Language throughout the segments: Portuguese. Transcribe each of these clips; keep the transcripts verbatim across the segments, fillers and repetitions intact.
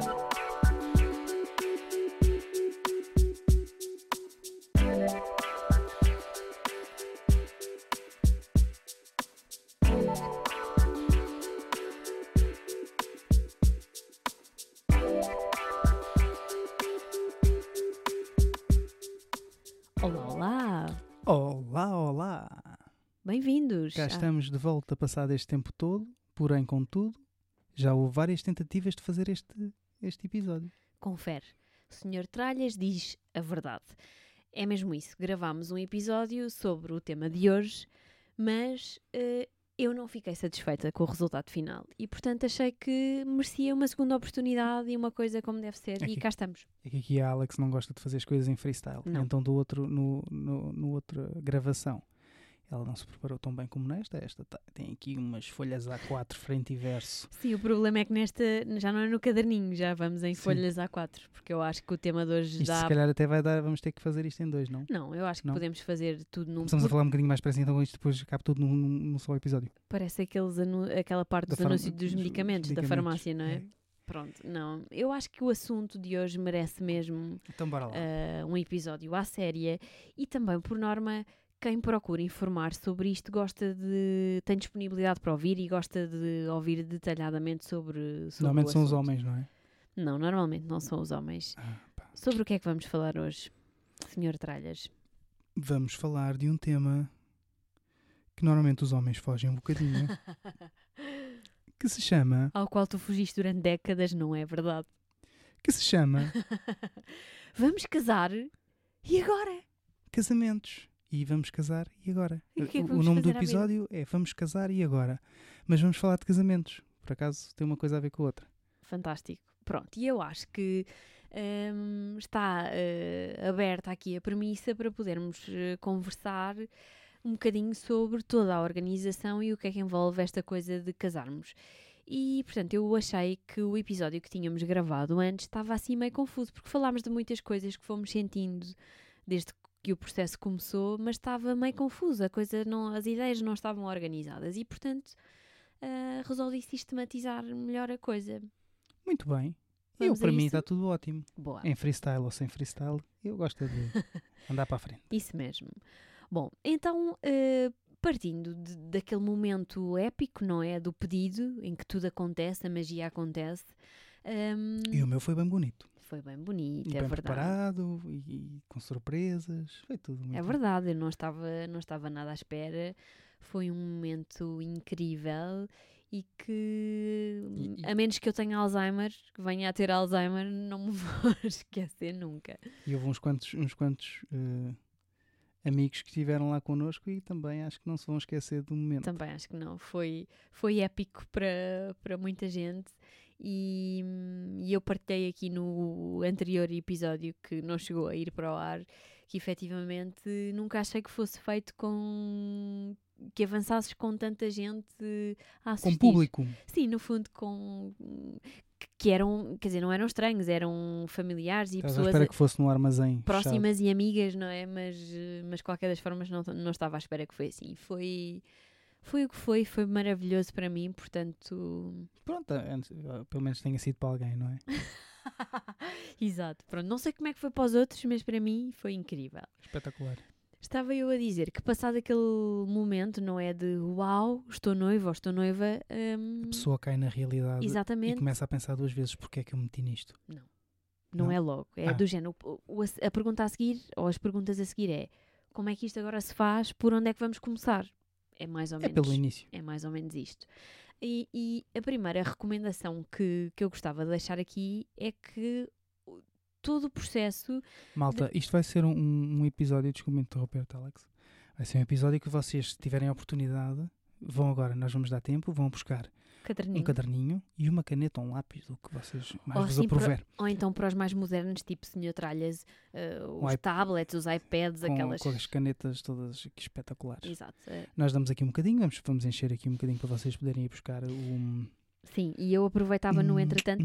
Olá, olá! Olá, olá! Bem-vindos! Cá Ah, estamos de volta passado este tempo todo, porém, contudo, já houve várias tentativas de fazer este, este episódio. confere, o senhor Tralhas diz a verdade. É mesmo isso, gravámos um episódio sobre o tema de hoje, mas eh, eu não fiquei satisfeita com o resultado final e, portanto, achei que merecia uma segunda oportunidade e uma coisa como deve ser, Aqui. e cá estamos. É que aqui a Alex não gosta de fazer as coisas em freestyle. Não. Então, do outro, no, no, no outra gravação, ela não se preparou tão bem como nesta. Esta tá- tem aqui umas folhas A quatro, frente e verso. Sim, o problema é que nesta já não é no caderninho, já vamos em Sim. folhas A quatro, porque eu acho que o tema de hoje Isto dá... se calhar até vai dar, vamos ter que fazer isto em dois, não? Não, eu acho que Não? podemos fazer tudo num... Começamos a falar um bocadinho mais depressa, então isto depois acaba tudo num, num, num só episódio. Parece aqueles anu- aquela parte Da dos farma- anúncios dos dos- medicamentos, dos da medicamentos. farmácia, não é? Pronto, não. Eu acho que o assunto de hoje merece mesmo Então bora lá. ah, um episódio à séria e também, por norma, quem procura informar sobre isto gosta de... tem disponibilidade para ouvir e gosta de ouvir detalhadamente sobre, sobre Normalmente o são os assunto. homens, não é? Não, normalmente não são os homens. Ah, pá. Sobre o que é que vamos falar hoje, senhor Tralhas? Vamos falar de um tema que normalmente os homens fogem um bocadinho, que se chama, Ao qual tu fugiste durante décadas, não é verdade? que se chama Vamos casar e agora? casamentos. E vamos casar e agora? E o que é que o vamos nome do fazer à vida? episódio é Vamos casar e agora. Mas vamos falar de casamentos. Por acaso tem uma coisa a ver com a outra. Fantástico. Pronto, e eu acho que hum, está eh, aberta aqui a premissa para podermos eh, conversar um bocadinho sobre toda a organização e o que é que envolve esta coisa de casarmos. E, portanto, eu achei que o episódio que tínhamos gravado antes estava assim meio confuso, porque falámos de muitas coisas que fomos sentindo desde que o processo começou, mas estava meio confuso, a coisa não, as ideias não estavam organizadas e, portanto, ah, resolvi sistematizar melhor a coisa. Muito bem. Eu, Vamos a para mim, isso? está tudo ótimo. Boa. Em freestyle ou sem freestyle, eu gosto de andar para a frente. Isso mesmo. Bom, então, eh, partindo de- daquele momento épico, não é? Do pedido, em que tudo acontece, a magia acontece, hum, E o meu foi bem bonito. foi bem bonito, E é bem verdade. preparado e, e com surpresas. Foi tudo muito É bom. verdade, eu não estava, não estava nada à espera. Foi um momento incrível e que, E- e- a menos que eu tenha Alzheimer, que venha a ter Alzheimer, não me vou esquecer nunca. E houve uns quantos, uns quantos eh, amigos que estiveram lá connosco e também acho que não se vão esquecer do momento. Também acho que não. Foi, foi épico para, para muita gente e, e eu partilhei aqui no anterior episódio que não chegou a ir para o ar que efetivamente nunca achei que fosse feito com... que avançasses com tanta gente a assistir. Com público. Sim, no fundo com... que- que eram, quer dizer, não eram estranhos, eram familiares e Estás à pessoas espera que fosse num armazém fechado. próximas e amigas, não é? Mas, eh, mas qualquer das formas não, não estava à espera que foi assim. Foi, foi o que foi, foi maravilhoso para mim, portanto... Pronto, antes, eh, pelo menos tenha sido para alguém, não é? Exato, pronto. Não sei como é que foi para os outros, mas para mim foi incrível. Espetacular. Estava eu a dizer que passado aquele momento, não é? De uau, estou noiva ou estou noiva... hum, A pessoa cai na realidade exatamente. e começa a pensar duas vezes porque é que eu me meti nisto. Não Não? é logo. É Ah. do género. O- o- a, a pergunta a seguir, ou as perguntas a seguir é como é que isto agora se faz? Por onde é que vamos começar? É mais ou É menos... pelo início. É mais ou menos isto. E, e a primeira recomendação que, que eu gostava de deixar aqui é que o- todo o processo... Malta, isto vai ser um, um episódio, desculpa interromper-te, Alex. Vai ser um episódio que vocês, se tiverem a oportunidade, vão agora, nós vamos dar tempo, vão buscar Caderninho. um caderninho e uma caneta ou um lápis, do que vocês mais Ou vos assim, aprover. Ou então para os mais modernos, tipo senhor Tralhas, eh, os Um iP- tablets, os iPads, Com, aquelas... com as canetas todas aqui espetaculares. Exato. eh, Nós damos aqui um bocadinho, vamos, vamos encher aqui um bocadinho para vocês poderem ir buscar o... Sim, e eu aproveitava no entretanto...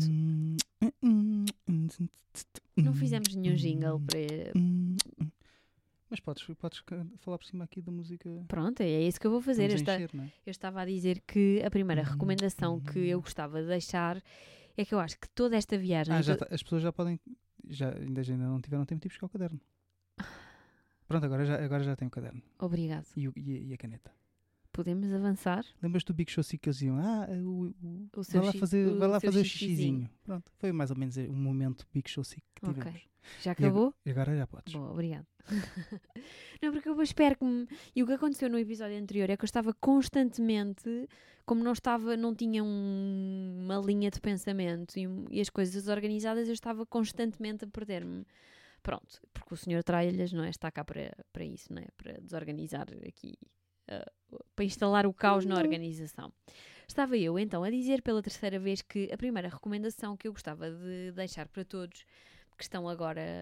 Não fizemos nenhum jingle para... Mas podes, podes ca- falar por cima aqui da música. Pronto, é isso que eu vou fazer. Vamos Esta, encher, não é? Eu estava a dizer que a primeira Uhum, recomendação uhum. que eu gostava de deixar é que eu acho que toda esta viagem... Ah, já to- tá- as pessoas já podem. Já, ainda, ainda não tiveram tempo de ir buscar o caderno. Pronto, agora já, agora já tem o caderno. Obrigado. E, o- e, e a caneta. Podemos avançar? Lembras-te do Big Show Sick que eles diziam? Ah, o, o, O seu vai lá xi- fazer, o vai lá seu fazer o xixizinho. xixizinho. Pronto, foi mais ou menos um momento Big Show Sick que Ok. tivemos. Já E acabou? ag- E agora já podes. Bom, obrigado. Não, porque eu espero que me... E o que aconteceu no episódio anterior é que eu estava constantemente, como não estava, não tinha um- uma linha de pensamento e, um- e as coisas organizadas, eu estava constantemente a perder-me. Pronto, porque o senhor Tralhas, não é? Está cá para, para isso, não é? Para desorganizar aqui, ah, para instalar o caos na organização. Estava eu, então, a dizer pela terceira vez que a primeira recomendação que eu gostava de deixar para todos que estão agora,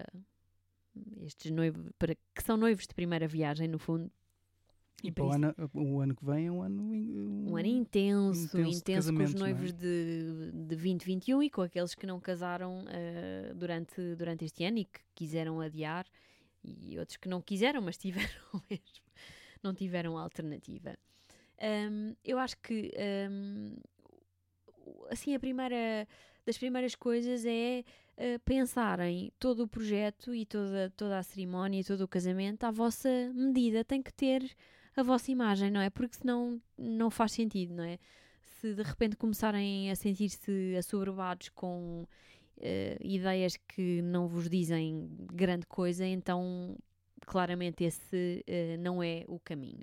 estes noivos, para, que são noivos de primeira viagem, no fundo. E E para por o isso- ano, o ano que vem é um ano. in- Um ano intenso, intenso intenso, de com os casamentos, não é? noivos de, de vinte e vinte e um e com aqueles que não casaram ah, durante, durante este ano e que quiseram adiar, e outros que não quiseram, mas tiveram mesmo, não tiveram alternativa. Ahm, eu acho que ahm, assim a primeira das primeiras coisas é ah, pensarem todo o projeto e toda, toda a cerimónia e todo o casamento à vossa medida. Tem que ter a vossa imagem, não é? Porque senão não faz sentido, não é? Se de repente começarem a sentir-se assoberbados com eh, ideias que não vos dizem grande coisa, então claramente esse eh, não é o caminho.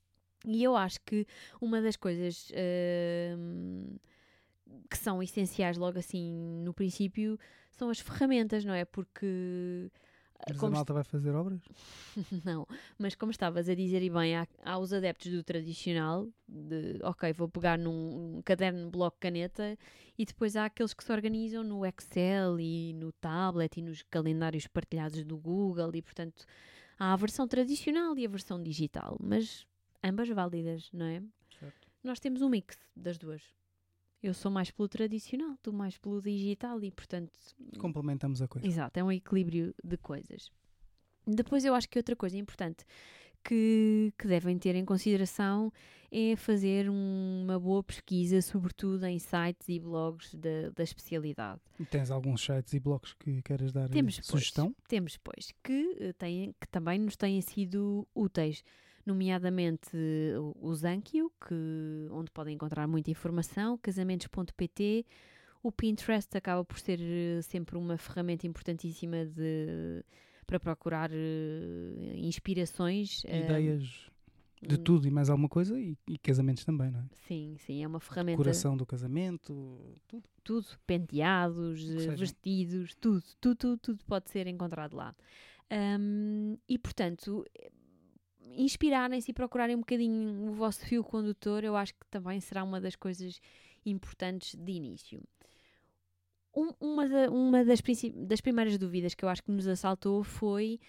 E eu acho que uma das coisas ehm, que são essenciais logo assim no princípio são as ferramentas, não é? Porque Mas a como malta vai fazer obras? não, mas como estavas a dizer, e bem, há, há os adeptos do tradicional, de ok, vou pegar num caderno, bloco, caneta, e depois há aqueles que se organizam no Excel e no tablet e nos calendários partilhados do Google, e portanto há a versão tradicional e a versão digital, mas ambas válidas, não é? Certo. Nós temos um mix das duas. Eu sou mais pelo tradicional, tu mais pelo digital, e portanto Complementamos a coisa. exato, é um equilíbrio de coisas. Depois eu acho que outra coisa importante que, que devem ter em consideração é fazer um- uma boa pesquisa, sobretudo em sites e blogs da, da especialidade. E tens alguns sites e blogs que queres dar Temos, eh, pois, sugestão? temos, pois, que, eh, têm, que também nos têm sido úteis, nomeadamente eh, o, o Zankyo, que, onde podem encontrar muita informação, casamentos ponto pt. O Pinterest acaba por ser eh, sempre uma ferramenta importantíssima de, para procurar eh, inspirações. eh, Ideias de hum, tudo e mais alguma coisa e, e casamentos também, não é? Sim, sim, é uma ferramenta. Decoração do casamento, tudo. Tudo, penteados, que eh, seja. vestidos, tudo, tudo, tudo, tudo pode ser encontrado lá. Ahm, e, portanto, eh, inspirarem-se e procurarem um bocadinho o vosso fio condutor, eu acho que também será uma das coisas importantes de início. Um- uma da- uma das, princi- das primeiras dúvidas que eu acho que nos assaltou foi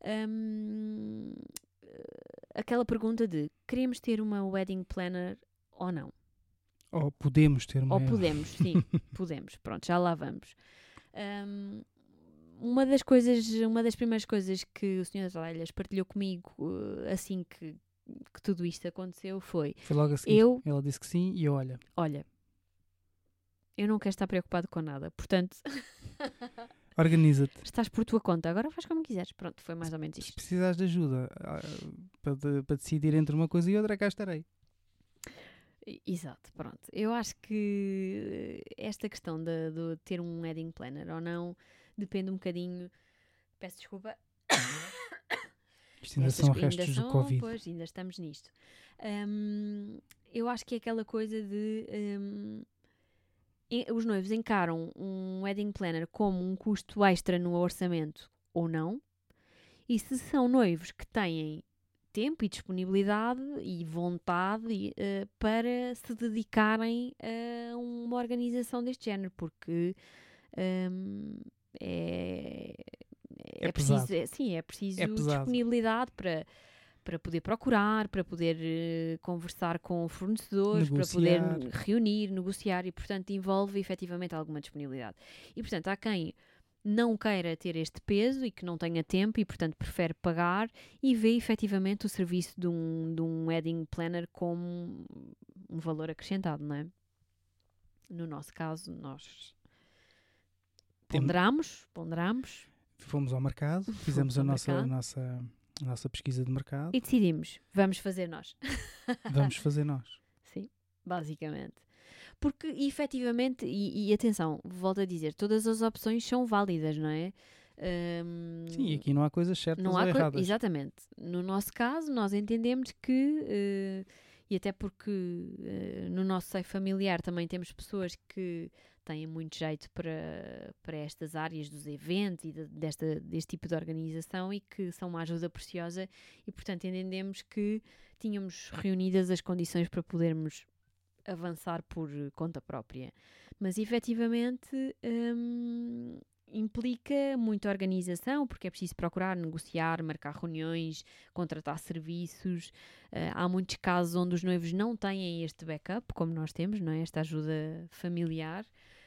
ahm, aquela pergunta de queremos ter uma wedding planner ou não? Ou podemos ter uma. Ou podemos, sim, podemos. Pronto, já lá vamos. Ahm, uma das coisas, uma das primeiras coisas que o senhor Zalhas partilhou comigo eh, assim que, que tudo isto aconteceu foi: Foi logo a seguir. eu, Ela disse que sim e olha, olha, eu não quero estar preocupado com nada, portanto, organiza-te. estás por tua conta, agora faz como quiseres. Pronto, foi mais ou menos Se isto. precisares de ajuda ah, para, de- para decidir entre uma coisa e outra, cá estarei. E- Exato, pronto. Eu acho que eh, esta questão de, de ter um wedding planner ou não depende um bocadinho. Peço desculpa. Isto ainda Estas são que ainda restos do são, Covid. Pois, ainda estamos nisto. Hum, eu acho que é aquela coisa de. hum, e- os noivos encaram um wedding planner como um custo extra no orçamento ou não. E se são noivos que têm tempo e disponibilidade e vontade e, eh, para se dedicarem a uma organização deste género, porque hum, é, é, É preciso, pesado. é- sim, é preciso É pesado. disponibilidade para, para poder procurar, para poder eh, conversar com fornecedores, para poder Negociar. reunir, negociar e, portanto, envolve efetivamente alguma disponibilidade. E, portanto, há quem não queira ter este peso e que não tenha tempo e, portanto, prefere pagar e vê efetivamente o serviço de um, de um wedding planner como um valor acrescentado, não é? No nosso caso, nós ponderamos, ponderamos. Fomos ao mercado, fizemos a ao nossa, a, mercado. nossa, a nossa pesquisa de mercado. E decidimos, vamos fazer nós. Vamos fazer nós. Sim, basicamente. Porque, efetivamente, e, e atenção, volto a dizer, todas as opções são válidas, não é? Hum, Sim, aqui não há coisas certas não ou há co- erradas. Exatamente. No nosso caso, nós entendemos que, eh, e até porque eh, no nosso seio familiar também temos pessoas que têm muito jeito para, para estas áreas dos eventos e de- desta, deste tipo de organização e que são uma ajuda preciosa e, portanto, entendemos que tínhamos reunidas as condições para podermos avançar por conta própria. Mas, efetivamente, hum, implica muita organização, porque é preciso procurar, negociar, marcar reuniões, contratar serviços. Uh, há muitos casos onde os noivos não têm este backup, como nós temos, não é? Esta ajuda familiar.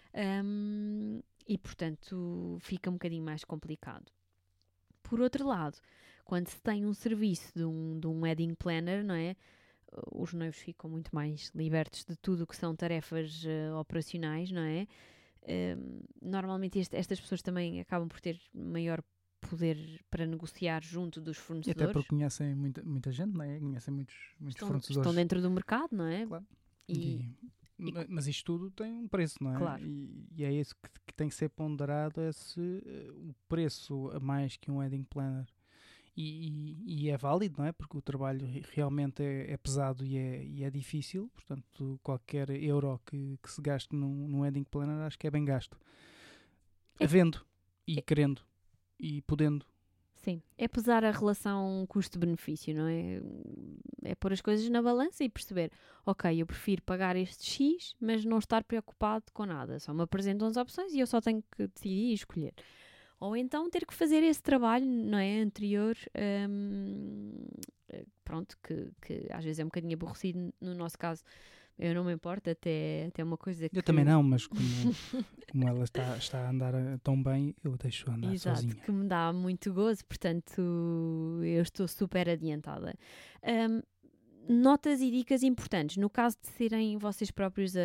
Um, e, portanto, fica um bocadinho mais complicado. Por outro lado, quando se tem um serviço de um, de um wedding planner, não é? Os noivos ficam muito mais libertos de tudo o que são tarefas uh, operacionais, não é? Um, normalmente este, estas pessoas também acabam por ter maior poder para negociar junto dos E fornecedores. até porque conhecem muita, muita gente, não é? Conhecem muitos, muitos estão, fornecedores. estão dentro do mercado, não é? Claro. E, E, e, mas isto tudo tem um preço, não é? Claro. E, e é isso que, que tem que ser ponderado, é se uh, o preço a mais que um wedding planner. E, e, e é válido, não é? Porque o trabalho realmente é, é pesado e é, e é difícil. Portanto, qualquer euro que, que se gaste num, num wedding planner acho que é bem gasto. É. Havendo e querendo e podendo. Sim, é pesar a relação custo-benefício, não é? É pôr as coisas na balança e perceber, ok, eu prefiro pagar este X, mas não estar preocupado com nada. Só me apresentam as opções e eu só tenho que decidir e escolher. Ou então ter que fazer esse trabalho, não é, anterior, hum, pronto, que, que às vezes é um bocadinho aborrecido. No nosso caso, eu não me importo, até, até uma coisa que... Eu também não, mas como, como ela está, está a andar tão bem, eu deixo andar Exato, sozinha. que me dá muito gozo, portanto eu estou super adiantada. Um, notas e dicas importantes, no caso de serem vocês próprios a,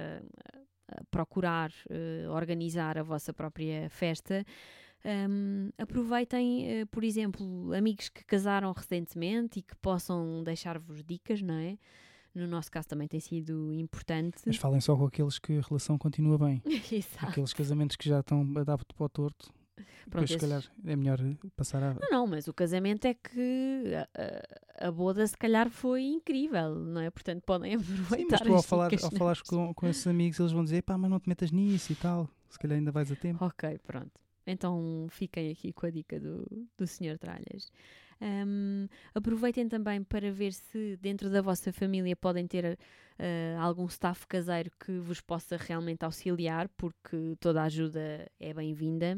a, a procurar uh, organizar a vossa própria festa, um, aproveitem, uh, por exemplo, amigos que casaram recentemente e que possam deixar-vos dicas, não é? No nosso caso também tem sido importante. Mas falem só com aqueles que a relação continua bem. Exato. Aqueles casamentos que já estão a dar para o torto. Pronto, Depois, se calhar, é melhor passar a... Não, não, mas o casamento é que a, a, a boda se calhar foi incrível, não é? Portanto, podem aproveitar. Sim, mas tu ao as falar, dicas, ao não é? falar com, com esses amigos, eles vão dizer, pá, mas não te metas nisso e tal. Se calhar ainda vais a tempo. Ok, pronto. Então fiquem aqui com a dica do, do senhor Tralhas. Um, aproveitem também para ver se dentro da vossa família podem ter uh, algum staff caseiro que vos possa realmente auxiliar, porque toda a ajuda é bem-vinda.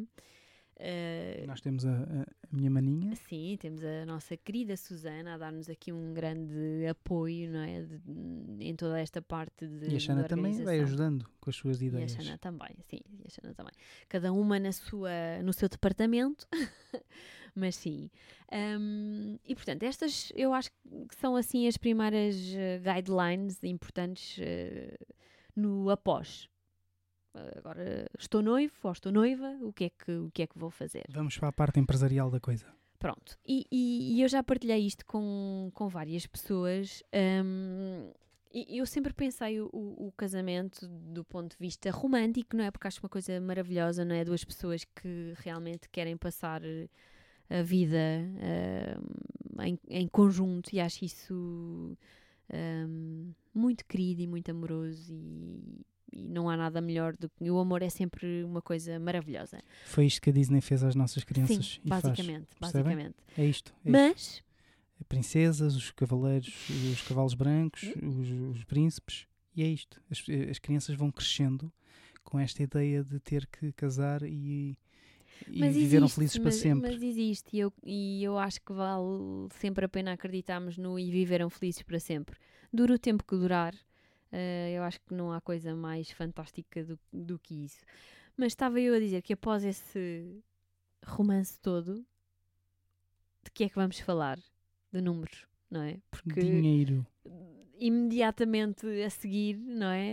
Uh, Nós temos a, a, a minha maninha. Sim, temos a nossa querida Susana a dar-nos aqui um grande apoio, não é? De, de, em toda esta parte de E a Xana de também vai ajudando com as suas ideias. E a Xana também, sim, e a Xana também. Cada uma na sua, no seu departamento, mas sim. Um, e portanto, estas eu acho que são assim as primeiras uh, guidelines importantes uh, no após. Agora estou noivo ou estou noiva, o que é que, o que é que vou fazer? Vamos para a parte empresarial da coisa. Pronto, e, e, e eu já partilhei isto com, com várias pessoas. Um, e eu sempre pensei o, o, o casamento do ponto de vista romântico, não é? Porque acho uma coisa maravilhosa, não é? Duas pessoas que realmente querem passar a vida um, em, em conjunto, e acho isso um, muito querido e muito amoroso, e E não há nada melhor do que... O amor é sempre uma coisa maravilhosa. Foi isto que a Disney fez às nossas crianças. Sim, e basicamente. Faz. basicamente. É isto. É Mas... Isto. Princesas, os cavaleiros, os cavalos brancos, os, os príncipes. E é isto. As, as crianças vão crescendo com esta ideia de ter que casar e... E mas viveram existe, felizes mas, para sempre. Mas existe, e eu, e eu acho que vale sempre a pena acreditarmos no e viveram felizes para sempre. Dura o tempo que durar. Uh, eu acho que não há coisa mais fantástica do, do que isso. Mas estava eu a dizer que após esse romance todo, de que é que vamos falar? De números, não é? Porque dinheiro. Imediatamente a seguir, não é?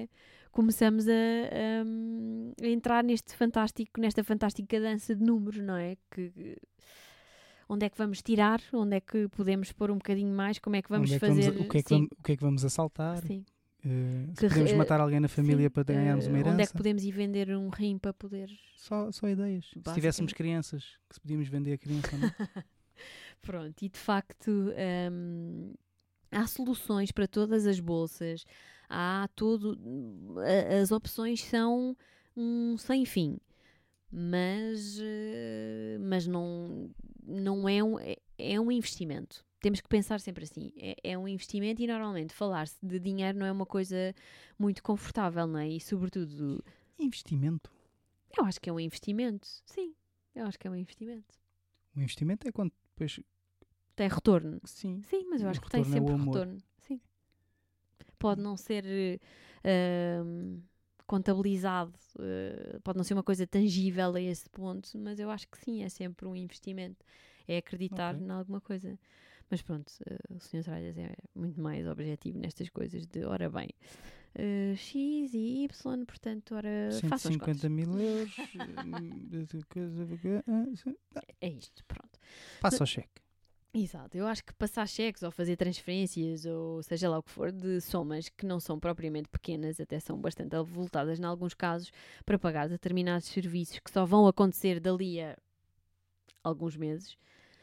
começamos a, a, a entrar neste fantástico, nesta fantástica dança de números, não é? Que, onde é que vamos tirar? Onde é que podemos pôr um bocadinho mais? Como é que vamos Onde é que fazer? vamos, o, que é que vamos, o que é que vamos assaltar? Sim. Uh, se Que, podemos uh, matar alguém na família sim, para ganharmos uma uh, herança. Onde é que podemos ir vender um rim para poder... Só, só ideias. Se tivéssemos crianças, que se podíamos vender a criança, não? Pronto, e de facto um, há soluções para todas as bolsas, há todo... As opções são um sem fim, mas, uh, mas não, não é um, é, é um investimento. Temos que pensar sempre assim, é, é um investimento e normalmente falar-se de dinheiro não é uma coisa muito confortável, não é? E sobretudo... Investimento? Eu acho que é um investimento, sim, eu acho que é um investimento. O investimento é quando depois... Tem retorno. Sim. Sim, mas eu acho o que tem retorno é o sempre amor. retorno. Sim. Pode não ser uh, contabilizado, uh, pode não ser uma coisa tangível a esse ponto, mas eu acho que sim, é sempre um investimento. É acreditar Ok. em alguma coisa. Mas pronto, uh, o senhor Tralhas é muito mais objetivo nestas coisas de, ora bem, uh, X e Y, portanto, ora, façam as contas. cento e cinquenta mil euros. É isto, pronto. Passa o cheque. Exato, eu acho que passar cheques ou fazer transferências ou seja lá o que for de somas que não são propriamente pequenas, até são bastante avultadas em alguns casos, para pagar determinados serviços que só vão acontecer dali a alguns meses,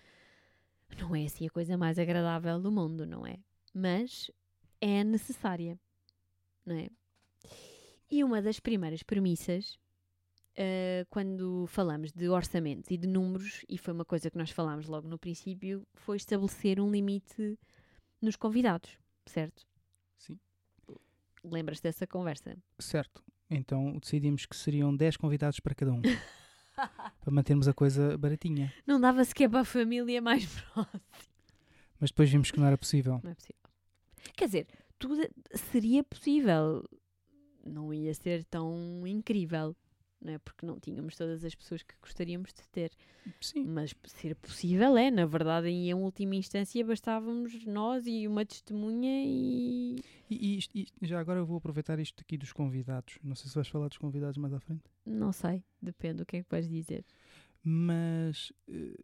não é assim a coisa mais agradável do mundo, não é? Mas é necessária, não é? E uma das primeiras premissas, uh, quando falamos de orçamentos e de números, e foi uma coisa que nós falámos logo no princípio, foi estabelecer um limite nos convidados, certo? Sim. Lembras-te dessa conversa? Certo. Então decidimos que seriam dez convidados para cada um. Para mantermos a coisa baratinha. Não dava sequer para a família mais próxima. Mas depois vimos que não era possível. Não é possível. Quer dizer, tudo seria possível. Não ia ser tão incrível, não é? Porque não tínhamos todas as pessoas que gostaríamos de ter. Sim. Mas ser possível é, na verdade, em última instância bastávamos nós e uma testemunha e... E, e, isto, e já agora eu vou aproveitar isto aqui dos convidados. Não sei se vais falar dos convidados mais à frente. Não sei, depende do que é que vais dizer. Mas uh,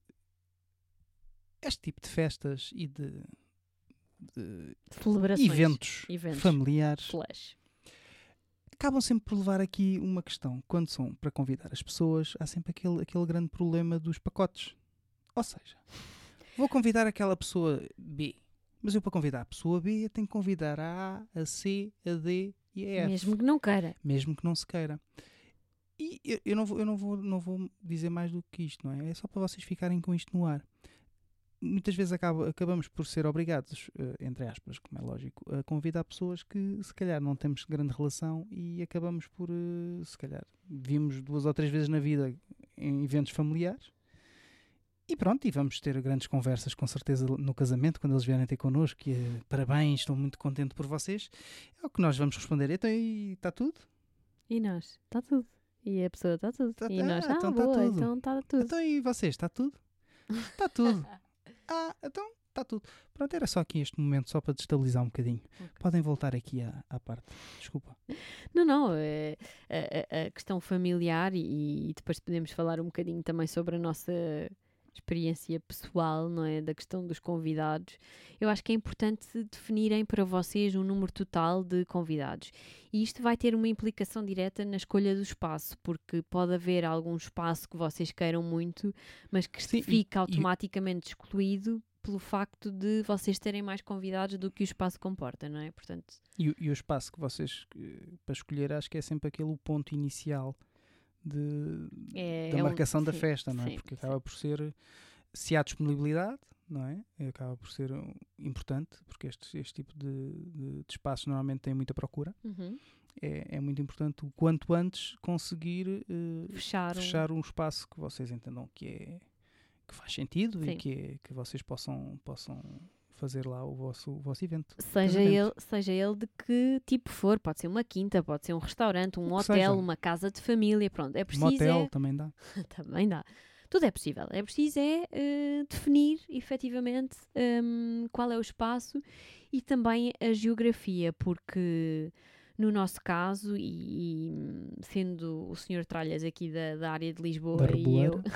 este tipo de festas e de, de Celebrações. eventos, Eventos. familiares Flash. acabam sempre por levar aqui uma questão. Quando são para convidar as pessoas, há sempre aquele, aquele grande problema dos pacotes. Ou seja, vou convidar aquela pessoa B, mas eu para convidar a pessoa B tenho que convidar a A, a C, a D e a F. Mesmo que não queira. Mesmo que não se queira. E eu, eu, não, vou, eu não, vou, não vou dizer mais do que isto, não é? É só para vocês ficarem com isto no ar. Muitas vezes acaba, acabamos por ser obrigados, uh, entre aspas, como é lógico, a convidar pessoas que se calhar não temos grande relação e acabamos por, uh, se calhar, vimos duas ou três vezes na vida em eventos familiares e pronto, e vamos ter grandes conversas com certeza no casamento, quando eles vierem ter connosco e uh, parabéns, estou muito contente por vocês. É o que nós vamos responder. Então, e está tudo? E nós? Está tudo. E a pessoa está tudo. Tá, e ah, nós, ah, então boa, tá tudo. então está tudo. Então e vocês, está tudo? Está tudo. Ah, então está tudo. Pronto, era só aqui este momento, só para destabilizar um bocadinho. Okay. Podem voltar aqui à, à parte. Desculpa. Não, não. É, a, a questão familiar e, e depois podemos falar um bocadinho também sobre a nossa experiência pessoal, não é? Da questão dos convidados. Eu acho que é importante definirem para vocês um número total de convidados. E isto vai ter uma implicação direta na escolha do espaço, porque pode haver algum espaço que vocês queiram muito, mas que Sim, fica e, automaticamente e... excluído pelo facto de vocês terem mais convidados do que o espaço comporta, não é? Portanto... E, e o espaço que vocês, para escolher, acho que é sempre aquele ponto inicial de, é, da é marcação um, da sim, festa, não é? sim, Porque sim. acaba por ser, se há disponibilidade, não é? Acaba por ser importante, porque este, este tipo de, de, de espaços normalmente tem muita procura. Uhum. É, é muito importante o quanto antes conseguir uh, fechar, fechar um... um espaço que vocês entendam que, é, que faz sentido Sim. e que, é, que vocês possam, possam fazer lá o vosso, o vosso evento. Seja ele, seja ele de que tipo for, pode ser uma quinta, pode ser um restaurante, um hotel, seja. uma casa de família, pronto, é preciso... Um hotel é... também dá. também dá. Tudo é possível. É preciso é uh, definir, efetivamente, um, qual é o espaço e também a geografia, porque no nosso caso, e, e sendo o senhor Tralhas aqui da, da área de Lisboa Da e eu, Reboleira.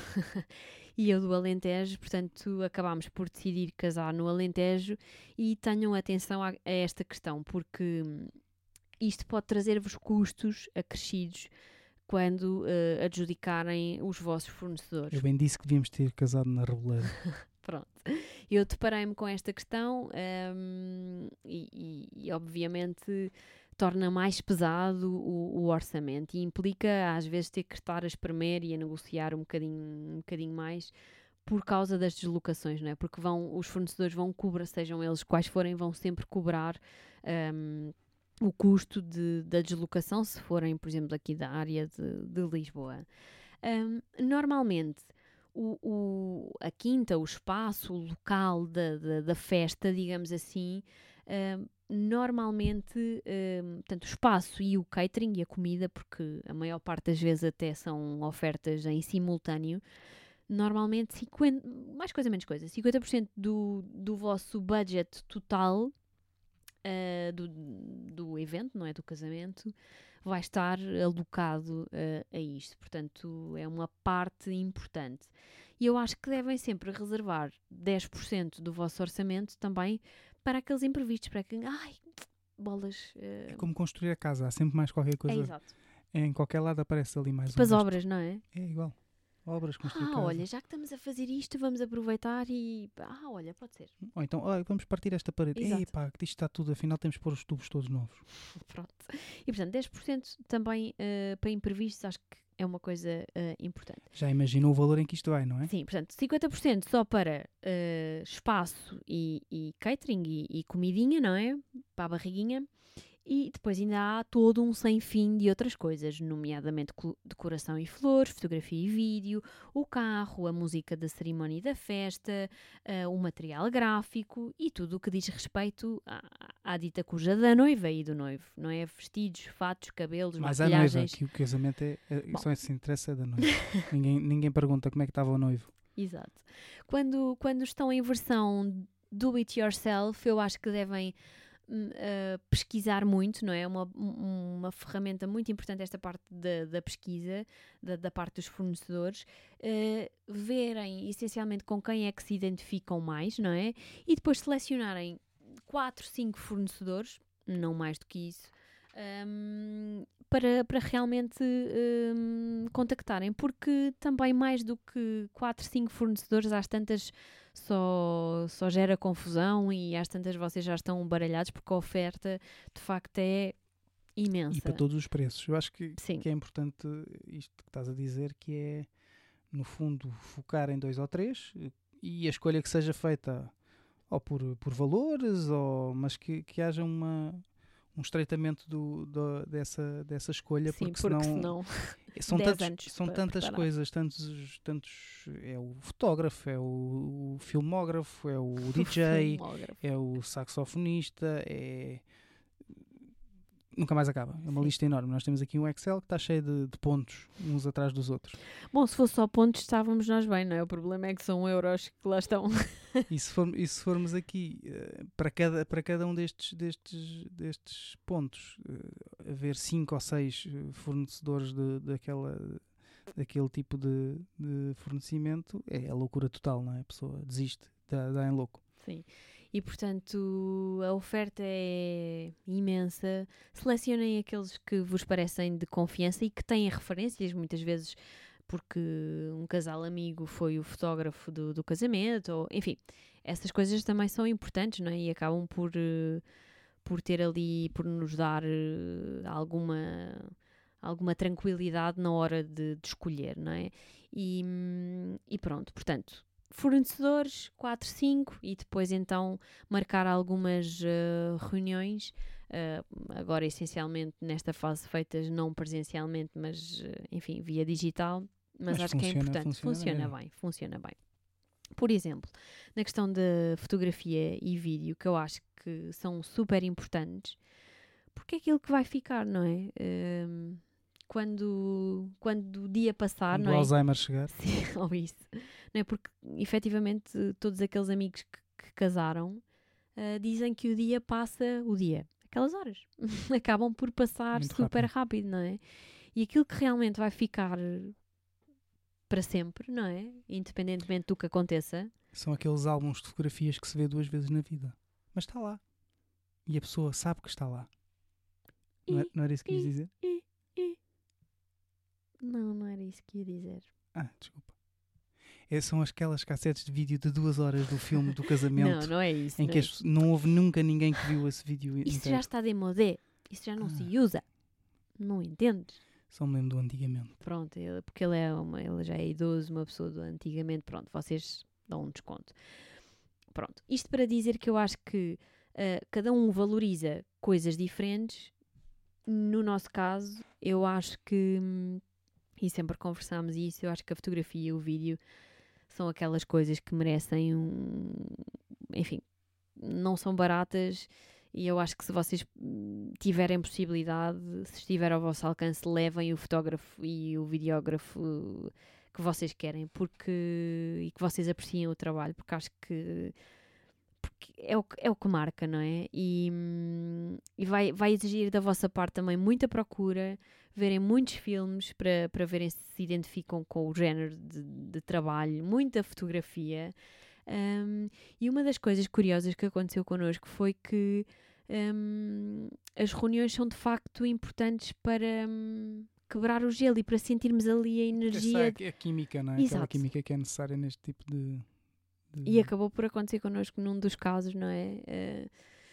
e eu do Alentejo, portanto acabámos por decidir casar no Alentejo. E tenham atenção a, a esta questão, porque isto pode trazer-vos custos acrescidos quando uh, adjudicarem os vossos fornecedores. Eu bem disse que devíamos ter casado na Reboleira. Pronto. Eu deparei-me com esta questão um, e, e, e obviamente torna mais pesado o, o orçamento e implica às vezes ter que estar a espremer e a negociar um bocadinho, um bocadinho mais por causa das deslocações, não é? Porque vão, os fornecedores vão cobrar, sejam eles quais forem, vão sempre cobrar um, o custo de, da deslocação, se forem, por exemplo, aqui da área de, de Lisboa. Um, normalmente, O, o, a quinta, o espaço, o local da, da, da festa, digamos assim, uh, normalmente, uh, portanto, o espaço e o catering e a comida, porque a maior parte das vezes até são ofertas em simultâneo, normalmente, cinquenta, mais coisa menos coisa, cinquenta por cento do, do vosso budget total uh, do, do evento, não é, do casamento, vai estar alocado uh, a isto. Portanto, é uma parte importante. E eu acho que devem sempre reservar dez por cento do vosso orçamento também para aqueles imprevistos, para que, ai, bolas... Uh... É como construir a casa, há sempre mais qualquer coisa. É exato. Em qualquer lado aparece ali mais tipo um as gasto. obras, não é? É igual. Obras, construir Ah, casa. olha, já que estamos a fazer isto, vamos aproveitar e... Ah, olha, pode ser. Ou então, olha, vamos partir esta parede. Exato. Epá, que isto está tudo, afinal temos que pôr os tubos todos novos. Pronto. E, portanto, dez por cento também uh, para imprevistos, acho que é uma coisa uh, importante. Já imaginou o valor em que isto vai, não é? Sim, portanto, cinquenta por cento só para uh, espaço e, e catering e, e comidinha, não é? Para a barriguinha. E depois ainda há todo um sem fim de outras coisas, nomeadamente decoração e flores, fotografia e vídeo, o carro, a música da cerimónia e da festa, uh, o material gráfico e tudo o que diz respeito à, à dita cuja da noiva e do noivo, não é? Vestidos, fatos, cabelos, Mas a maquilhagens. noiva, que o casamento é, é só se interessa é da noiva. ninguém, ninguém pergunta como é que estava o noivo. Exato. Quando, quando estão em versão do it yourself, eu acho que devem Uh, pesquisar muito, não é? Uma, uma ferramenta muito importante esta parte da, da pesquisa, da, da parte dos fornecedores, uh, verem essencialmente com quem é que se identificam mais, não é? E depois selecionarem quatro, cinco fornecedores, não mais do que isso, um, para, para realmente um, contactarem, porque também mais do que quatro, cinco fornecedores, às tantas Só, só gera confusão e às tantas vocês já estão baralhados porque a oferta de facto é imensa. E para todos os preços. Eu acho que, Sim. que é importante isto que estás a dizer, que é, no fundo, focar em dois ou três e a escolha que seja feita ou por, por valores, ou, mas que, que haja uma, um estreitamento do, do, dessa, dessa escolha. Sim, porque, porque senão, senão são, dez tantos, anos são para tantas preparar. coisas, tantos, tantos, é o fotógrafo, é o, o filmógrafo, é o D J, é o saxofonista, é... Nunca mais acaba, é uma Sim. lista enorme. Nós temos aqui um Excel que está cheio de, de pontos, uns atrás dos outros. Bom, se fosse só pontos estávamos nós bem, não é? O problema é que são euros que lá estão. E se, for, e se formos aqui, uh, para, cada, para cada um destes, destes, destes pontos, uh, haver cinco ou seis fornecedores de, daquela, daquele tipo de, de fornecimento, é a loucura total, não é? A pessoa desiste, dá, dá em louco. Sim. E, portanto, a oferta é imensa. Selecionem aqueles que vos parecem de confiança e que têm referências, muitas vezes porque um casal amigo foi o fotógrafo do, do casamento, ou, enfim, essas coisas também são importantes, não é? E acabam por, uh, por ter ali, por nos dar uh, alguma, alguma tranquilidade na hora de, de escolher, não é? E, e pronto, portanto... fornecedores, quatro, cinco, e depois então marcar algumas uh, reuniões, uh, agora essencialmente nesta fase feitas não presencialmente, mas uh, enfim, via digital, mas, Mas acho funciona, que é importante, funciona, funciona bem, funciona bem. Por exemplo, na questão da fotografia e vídeo, que eu acho que são super importantes, porque é aquilo que vai ficar, não é? Um, Quando, quando o dia passar, Quando não o é? Alzheimer chegar. Sim, ou isso. Não é? Porque, efetivamente, todos aqueles amigos que, que casaram uh, dizem que o dia passa, o dia, aquelas horas. Acabam por passar Muito super rápido. rápido, não é? E aquilo que realmente vai ficar para sempre, não é? Independentemente do que aconteça. São aqueles álbuns de fotografias que se vê duas vezes na vida. Mas está lá. E a pessoa sabe que está lá. Não, é, E, não era isso que quis e, dizer? e, e. Não, não era isso que ia dizer. Ah, desculpa. É, são aquelas cassetes de vídeo de duas horas do filme do Não, casamento não é isso. em Não, que é as- isso. não houve nunca ninguém que viu esse vídeo Isso inteiro. já está de modé. Isso já não Ah. se usa. Não entendes? Só me lembro do antigamente. Pronto, ele- porque ele, é uma, ele já é idoso, uma pessoa do antigamente. Pronto, vocês dão um desconto. Pronto, isto para dizer que eu acho que uh, cada um valoriza coisas diferentes. No nosso caso, eu acho que, hum, e sempre conversámos isso, eu acho que a fotografia e o vídeo são aquelas coisas que merecem um. Enfim, não são baratas e eu acho que se vocês hum, tiverem possibilidade, se estiver ao vosso alcance, levem o fotógrafo e o videógrafo que vocês querem porque, e que vocês apreciam o trabalho, porque acho que porque é o, que- é o que marca, não é? E, hum, e vai, vai exigir da vossa parte também muita procura, verem muitos filmes para, para verem se se identificam com o género de, de trabalho, muita fotografia. Um, e uma das coisas curiosas que aconteceu connosco foi que um, as reuniões são de facto importantes para um, quebrar o gelo e para sentirmos ali a energia. Essa é a química, não é? Aquela Exato. química que é necessária neste tipo de... de- E acabou por acontecer connosco num dos casos, não é? Eh,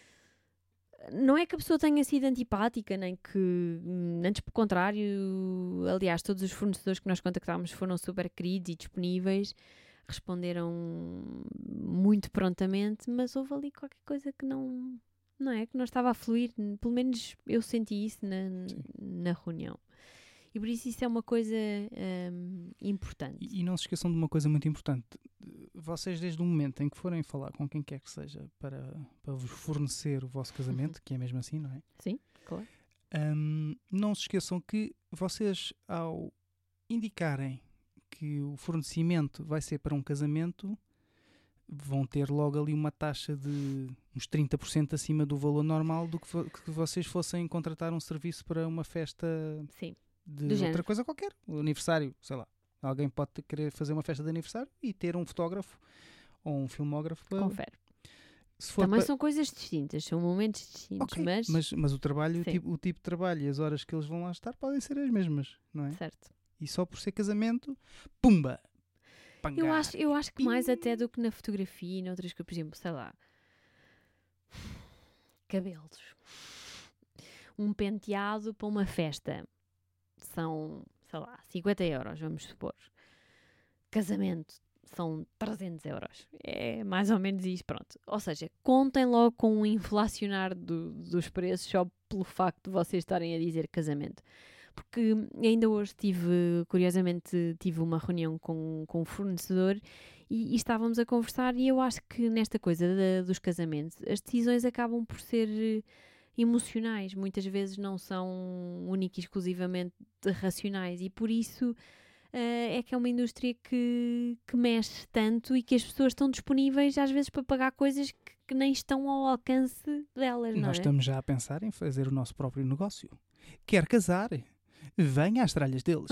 não é que a pessoa tenha sido antipática, nem que, hum, antes pelo contrário, aliás, todos os fornecedores que nós contactámos foram super queridos e disponíveis, responderam muito prontamente, mas houve ali qualquer coisa que não, não é? Que não estava a fluir, pelo menos eu senti isso na, Sim. na reunião. E por isso isso é uma coisa hum, importante. E, e não se esqueçam de uma coisa muito importante. Vocês, desde o momento em que forem falar com quem quer que seja para, para vos fornecer o vosso casamento, que é mesmo assim, não é? Sim, claro. Hum, não se esqueçam que vocês, ao indicarem que o fornecimento vai ser para um casamento, vão ter logo ali uma taxa de uns trinta por cento acima do valor normal do que, vo- que vocês fossem contratar um serviço para uma festa Sim. de Do outra género. coisa qualquer. O aniversário, sei lá. Alguém pode ter- querer fazer uma festa de aniversário e ter um fotógrafo ou um filmógrafo para... Confere. Se for Também pa- são coisas distintas, são momentos distintos, Ok, mas, mas, mas o trabalho, o Sim. tipo, o tipo de trabalho e as horas que eles vão lá estar podem ser as mesmas, não é? certo. E só por ser casamento, pumba! Eu Pangar. acho, eu acho que mais até do que na fotografia e noutras coisas, por exemplo, sei lá, cabelos. Um penteado para uma festa são, sei lá, cinquenta euros, vamos supor. Casamento são trezentos euros. É mais ou menos isto, pronto. Ou seja, contem logo com um inflacionar do- dos preços só pelo facto de vocês estarem a dizer casamento. Porque ainda hoje tive, curiosamente, tive uma reunião com, com um fornecedor e, e estávamos a conversar e eu acho que nesta coisa da- dos casamentos as decisões acabam por ser eh, emocionais. Muitas vezes não são única e exclusivamente racionais e por isso eh, é que é uma indústria que, que mexe tanto e que as pessoas estão disponíveis às vezes para pagar coisas que, que nem estão ao alcance delas, não Nós é? estamos já a pensar em fazer o nosso próprio negócio. Quer casar? Venha às tralhas deles.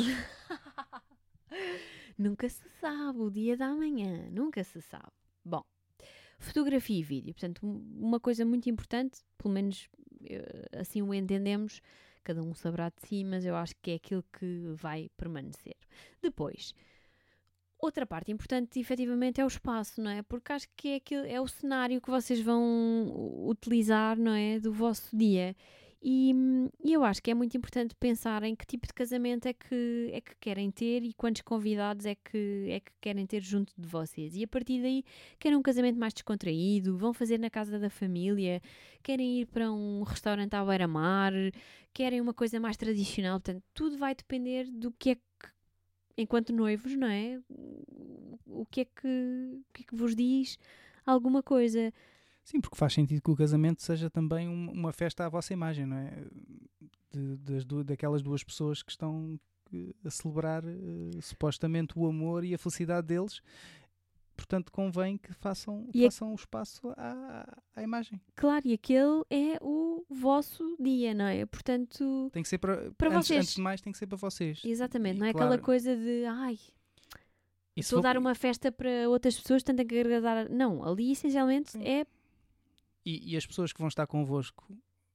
Nunca se sabe, o dia da manhã, nunca se sabe. Bom, fotografia e vídeo, portanto, um- uma coisa muito importante, pelo menos eh, assim o entendemos, cada um saberá de si, mas eu acho que é aquilo que vai permanecer. Depois, outra parte importante, efetivamente, é o espaço, não é? Porque acho que é, aquilo, é o cenário que vocês vão utilizar, não é? Do vosso dia. E, hum, e eu acho que é muito importante pensar em que tipo de casamento é que, é que querem ter e quantos convidados é que, é que querem ter junto de vocês. E a partir daí, querem um casamento mais descontraído, vão fazer na casa da família, querem ir para um restaurante à beira-mar, querem uma coisa mais tradicional. Portanto, tudo vai depender do que é que, enquanto noivos, não é? O que é que, o que é que vos diz alguma coisa. Sim, porque faz sentido que o casamento seja também um- uma festa à vossa imagem, não é? De- das du- daquelas duas pessoas que estão eh, a celebrar eh, supostamente o amor e a felicidade deles. portanto convém que façam, E a- façam o espaço à, à imagem. Claro, e aquele é o vosso dia, não é? Portanto, Tem que ser para, Para antes, vocês. antes de mais tem que ser para vocês. exatamente, E, não é claro, aquela coisa de, ai, e se estou a for- dar uma festa para outras pessoas, tanto tem que agradar. Não, ali essencialmente Sim. é. E, e as pessoas que vão estar convosco,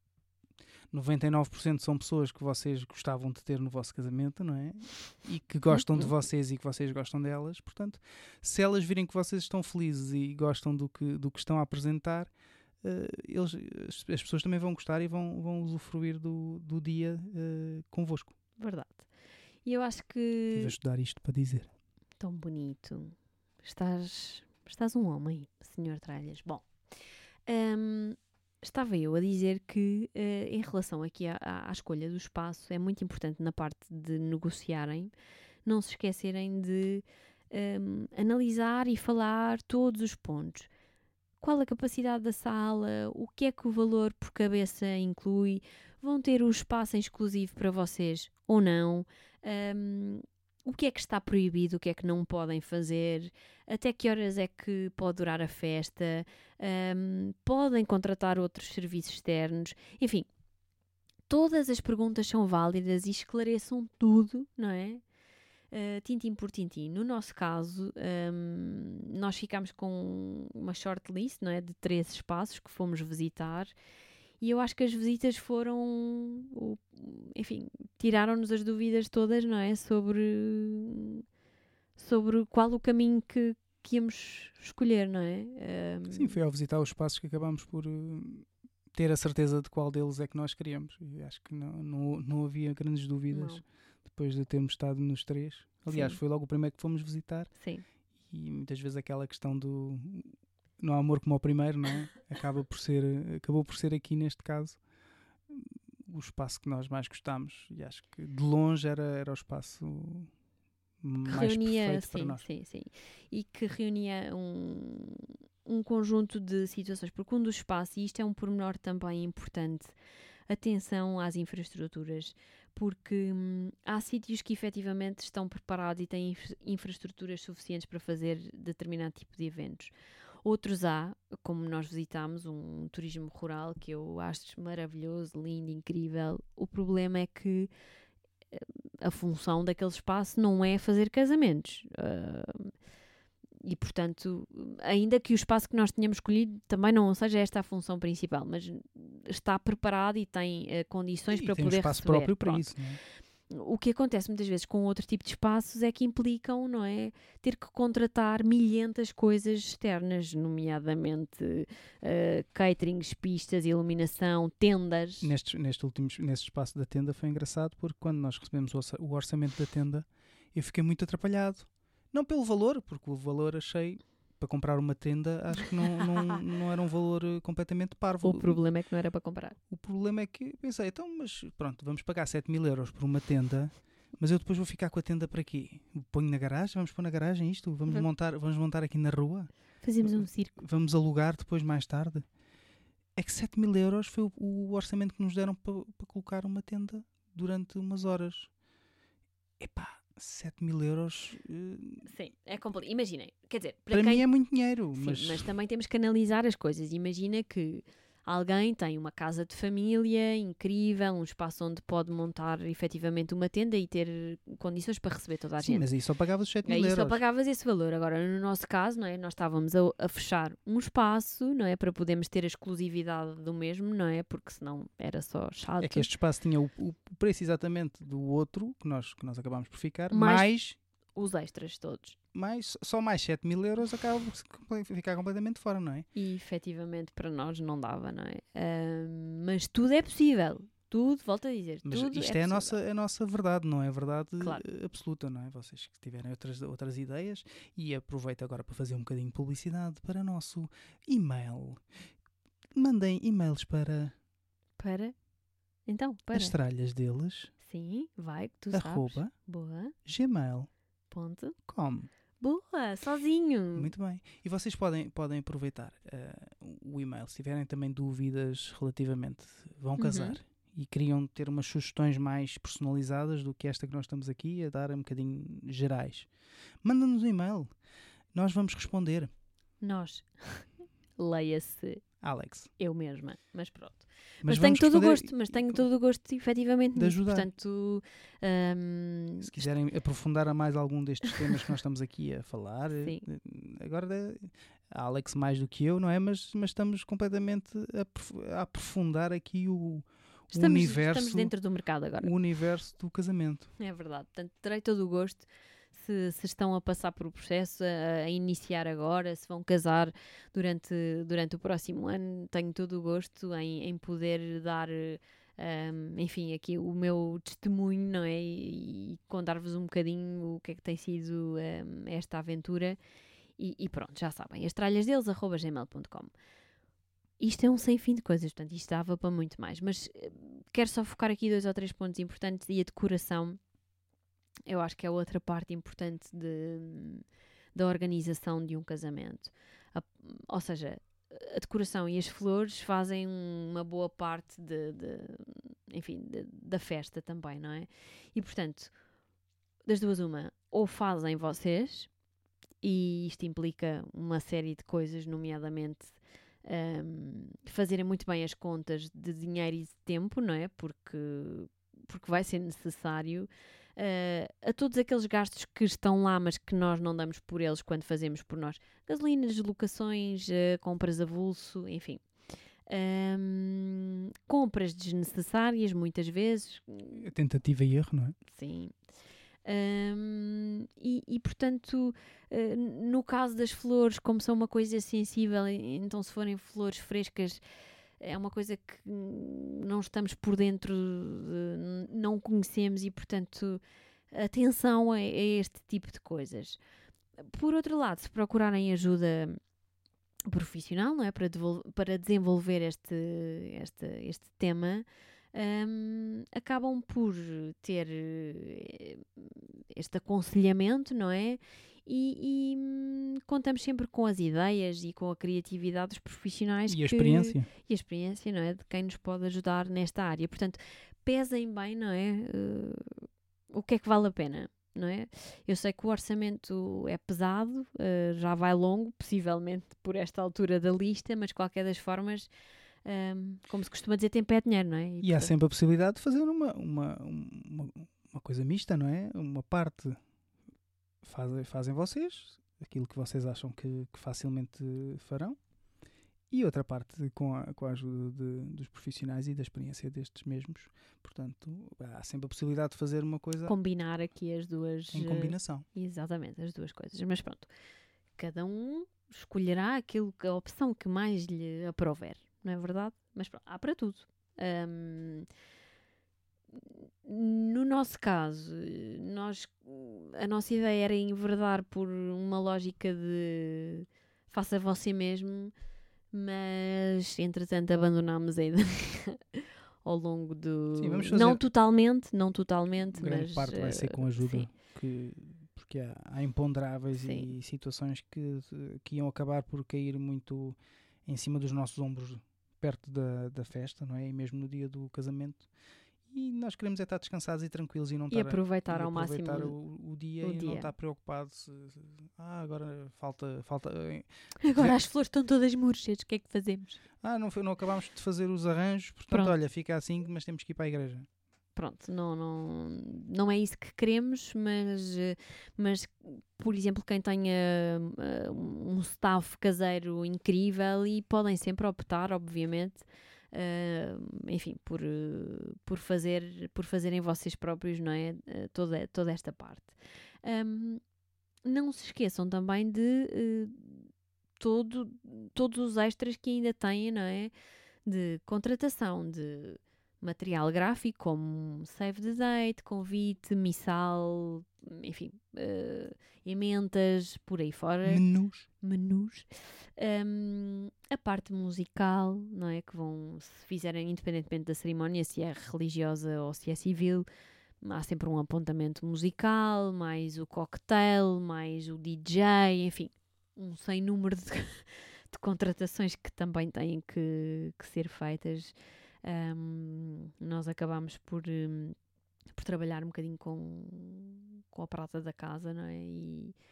noventa e nove por cento são pessoas que vocês gostavam de ter no vosso casamento, não é? E que gostam de vocês e que vocês gostam delas. Portanto, se elas virem que vocês estão felizes e gostam do que, do que estão a apresentar, uh, eles, as, as pessoas também vão gostar e vão, vão usufruir do, do dia uh, convosco. Verdade. E eu acho Estive a que. estudar isto para dizer. Tão bonito. Estás, estás um homem, senhor Tralhas. Bom, hum, estava eu a dizer que, eh, em relação aqui à, à- à escolha do espaço, é muito importante na parte de negociarem, não se esquecerem de hum, analisar e falar todos os pontos. Qual a capacidade da sala? O que é que o valor por cabeça inclui? Vão ter o espaço em exclusivo para vocês ou não? Hum, o que é que está proibido? O que é que não podem fazer? Até que horas é que pode durar a festa? Hum, podem contratar outros serviços externos? Enfim, todas as perguntas são válidas e esclareçam tudo, não é? Uh, tintim por tintim. No nosso caso, um, nós ficámos com uma shortlist, não é, de três espaços que fomos visitar, e eu acho que as visitas foram, o- enfim, tiraram-nos as dúvidas todas, não é, sobre, sobre qual o caminho que, que íamos escolher, não é? Um, Sim, foi ao visitar os espaços que acabámos por uh, ter a certeza de qual deles é que nós queríamos. E acho que não, não, não havia grandes dúvidas. não. Depois de termos estado nos três. Aliás, Sim. foi logo o primeiro que fomos visitar. Sim, E muitas vezes aquela questão do não há amor como ao primeiro, não é? Acaba por ser, acabou por ser aqui neste caso o espaço que nós mais gostámos. E acho que de longe era, era o espaço que mais reunia, perfeito para sim, nós. sim, sim, e que reunia um, um conjunto de situações, porque um dos espaços, e isto é um pormenor também importante, atenção às infraestruturas, porque hum, há sítios que efetivamente estão preparados e têm infra- infraestruturas suficientes para fazer determinado tipo de eventos. Outros há, como nós visitámos, um turismo rural que eu acho maravilhoso, lindo, incrível. O problema é que eh, a função daquele espaço não é fazer casamentos. Ah, e, portanto, ainda que o espaço que nós tínhamos escolhido também não seja esta a função principal, mas está preparado e tem uh, condições E para tem poder um espaço receber. próprio para Pronto. isso, não é? O que acontece muitas vezes com outro tipo de espaços é que implicam, não é, ter que contratar milhentas coisas externas, nomeadamente uh, caterings, pistas, iluminação, tendas. Neste, neste último, neste espaço da tenda foi engraçado porque quando nós recebemos o orça- o orçamento da tenda eu fiquei muito atrapalhado. Não pelo valor, porque o valor achei, para comprar uma tenda, acho que não, não, não era um valor eh, completamente parvo. O problema é que não era para comprar. O problema é que pensei, então, mas pronto, vamos pagar sete mil euros por uma tenda, mas eu depois vou ficar com a tenda para quê? Ponho na garagem? Vamos pôr na garagem isto? Vamos, Uhum. montar, vamos montar aqui na rua? Fazíamos um circo. Vamos alugar depois mais tarde? É que sete mil euros foi o, o orçamento que nos deram para, para colocar uma tenda durante umas horas. Epá, sete mil euros eh, Sim, é complicado. Imaginem, quer dizer, para, para quem... mim é muito dinheiro, Sim, mas, mas também temos que analisar as coisas. Imagina que alguém tem uma casa de família incrível, um espaço onde pode montar efetivamente uma tenda e ter condições para receber toda a sim, gente. mas aí só pagava os sete mil Aí euros. só pagavas esse valor. Agora, no nosso caso, não é? Nós estávamos a, a fechar um espaço, não é? Para podermos ter a exclusividade do mesmo, não é? Porque senão era só chato. É que este espaço tinha o, o preço exatamente do outro, que nós, que nós acabámos por ficar, Mais- mais, Os extras todos. mais só mais sete mil euros acaba por se comple- ficar completamente fora, não é? E efetivamente para nós não dava, não é? Ahm, mas tudo é possível. Tudo, volto a dizer, Mas tudo isto é é, a, possível. nossa, a nossa verdade, não é verdade Claro. eh, absoluta, não é? Vocês que tiverem outras, outras ideias, e aproveito agora para fazer um bocadinho de publicidade para o nosso e-mail. Mandem e-mails para Para? Então, para. as tralhas deles, Sim, vai, que tu sabes. arroba Boa. gmail Ponto. ponto com. Boa, sozinho. Muito bem. E vocês podem, podem aproveitar eh, o e-mail, se tiverem também dúvidas relativamente, vão casar e queriam ter umas sugestões mais personalizadas do que esta que nós estamos aqui a dar um bocadinho gerais. Manda-nos um e-mail. Nós vamos responder. Nós. Leia-se Alex. eu mesma, mas pronto. Mas, Mas, tenho vamos todo o responder gosto, mas tenho todo o gosto, efetivamente, de nisso. ajudar. Portanto, hum, Se quiserem aprofundar a mais algum destes temas que nós estamos aqui a falar, Sim. agora a Alex mais do que eu, não é? Mas, mas estamos completamente a, aprof- a aprofundar aqui o, o estamos, universo, estamos dentro do mercado agora. o universo do casamento. É verdade. Portanto, terei todo o gosto. Se, se estão a passar por o processo, a, a iniciar agora, se vão casar durante, durante o próximo ano, tenho todo o gosto em, em poder dar, um, enfim, aqui o meu testemunho, não é? E, e contar-vos um bocadinho o que é que tem sido um, esta aventura. E, e pronto, já sabem, as tralhas deles, arroba gmail ponto com. Isto é um sem fim de coisas, portanto, isto dava para muito mais. Mas uh, quero só focar aqui dois ou três pontos importantes e a decoração. Eu acho que é outra parte importante de, da organização de um casamento. A, ou seja, a decoração e as flores fazem uma boa parte de, de, enfim, de, da festa também, não é? E, portanto, das duas uma, ou fazem vocês, e isto implica uma série de coisas, nomeadamente um, fazerem muito bem as contas de dinheiro e de tempo, não é? Porque, porque vai ser necessário. Uh, a todos aqueles gastos que estão lá, mas que nós não damos por eles quando fazemos por nós. Gasolinas, locações, uh, compras a vulso, enfim. Um, compras desnecessárias, muitas vezes. Tentativa e erro, não é? Sim. Um, e, e, portanto, uh, no caso das flores, como são uma coisa sensível, então se forem flores frescas, é uma coisa que não estamos por dentro, não conhecemos e, portanto, atenção a, a este tipo de coisas. Por outro lado, se procurarem ajuda profissional, não é? Para, para desenvolver este, este, este tema, um, acabam por ter este aconselhamento, não é? E, e hum, contamos sempre com as ideias e com a criatividade dos profissionais e que, a experiência e a experiência, não é, de quem nos pode ajudar nesta área. Portanto, pesem bem, não é, uh, o que é que vale a pena, não é? Eu sei que o orçamento é pesado, uh, já vai longo, possivelmente por esta altura da lista, mas qualquer das formas, um, como se costuma dizer, tempo é dinheiro, não é? E, E e há portanto, sempre a possibilidade de fazer uma, uma, uma, uma coisa mista, não é? Uma parte fazem, fazem vocês, aquilo que vocês acham que, que facilmente farão, e outra parte com a, com a ajuda de, dos profissionais e da experiência destes mesmos. Portanto, há sempre a possibilidade de fazer uma coisa combinar aqui as duas... em combinação. Uh, exatamente, as duas coisas. Mas pronto, cada um escolherá aquilo que, a opção que mais lhe aprover, não é verdade? Mas pronto, há para tudo. Um, no nosso caso, nós, a nossa ideia era enverdar por uma lógica de faça você mesmo, mas entretanto abandonámos a ideia ao longo do... Sim, vamos fazer... Não totalmente, não totalmente, grande mas... parte vai ser com ajuda, que, porque há, há imponderáveis sim. E situações que, que iam acabar por cair muito em cima dos nossos ombros perto da, da festa, não é? E mesmo no dia do casamento. E nós queremos é estar descansados e tranquilos e não e estar aproveitar a, e ao aproveitar máximo o, o dia o e dia. não estar preocupado se, se ah, agora falta, falta agora as flores estão todas murchas, o que é que fazemos? Ah, não, foi, não acabámos de fazer os arranjos, portanto, Pronto. olha, fica assim, mas temos que ir para a igreja. Pronto, não, não, não é isso que queremos, mas, mas por exemplo, quem tenha uh, um staff caseiro incrível e podem sempre optar, obviamente, uh, enfim, por, uh, por, fazer, por fazerem vocês próprios, não é? Uh, toda, toda esta parte. Um, não se esqueçam também de uh, todo, todos os extras que ainda têm, não é? De contratação, de material gráfico, como save the date, convite, missal, enfim, uh, ementas, por aí fora. Menus. Menus. Um, a parte musical, não é? Que vão, se fizerem, independentemente da cerimónia, se é religiosa ou se é civil, há sempre um apontamento musical, mais o cocktail, mais o D J, enfim, um sem número de, de contratações que também têm que, que ser feitas. Um, nós acabamos por, um, por trabalhar um bocadinho com, com a prata da casa, não é? E,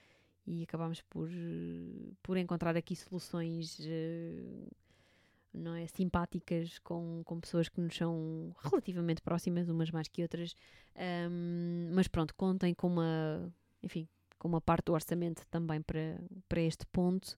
e acabámos por, por encontrar aqui soluções uh, não é, simpáticas com, com pessoas que nos são relativamente próximas, umas mais que outras, um, mas pronto, contem com uma, enfim, com uma parte do orçamento também para, para este ponto.